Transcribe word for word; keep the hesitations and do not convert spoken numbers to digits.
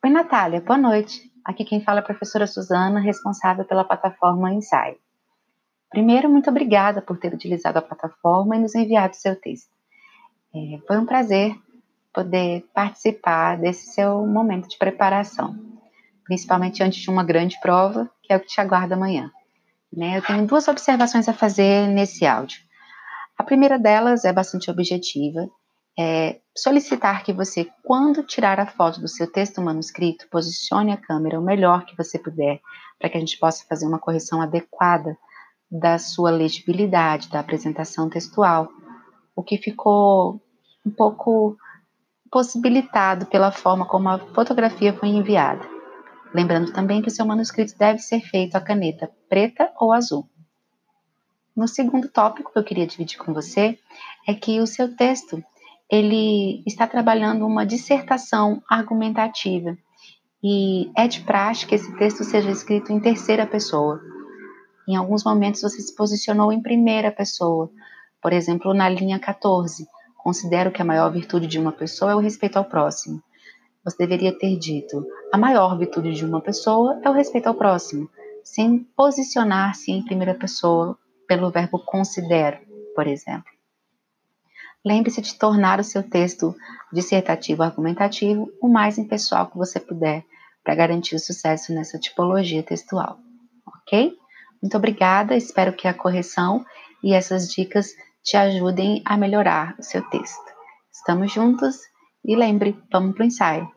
Oi, Natália, boa noite. Aqui quem fala é a professora Suzana, responsável pela plataforma Ensaio. Primeiro, muito obrigada por ter utilizado a plataforma e nos enviado seu texto. É, foi um prazer poder participar desse seu momento de preparação, principalmente antes de uma grande prova, que é o que te aguarda amanhã. Né? Eu tenho duas observações a fazer nesse áudio. A primeira delas é bastante objetiva, é solicitar que você, quando tirar a foto do seu texto manuscrito, posicione a câmera o melhor que você puder, para que a gente possa fazer uma correção adequada da sua legibilidade, da apresentação textual, o que ficou um pouco possibilitado pela forma como a fotografia foi enviada. Lembrando também que o seu manuscrito deve ser feito a caneta preta ou azul. No segundo tópico que eu queria dividir com você é que o seu texto ele está trabalhando uma dissertação argumentativa e é de praxe que esse texto seja escrito em terceira pessoa. Em alguns momentos você se posicionou em primeira pessoa, por exemplo, na linha quatorze. Considero que a maior virtude de uma pessoa é o respeito ao próximo. Você deveria ter dito: a maior virtude de uma pessoa é o respeito ao próximo, sem posicionar-se em primeira pessoa pelo verbo considero, por exemplo. Lembre-se de tornar o seu texto dissertativo argumentativo o mais impessoal que você puder para garantir o sucesso nessa tipologia textual, ok? Muito obrigada, espero que a correção e essas dicas te ajudem a melhorar o seu texto. Estamos juntos e lembre, vamos para o ensaio.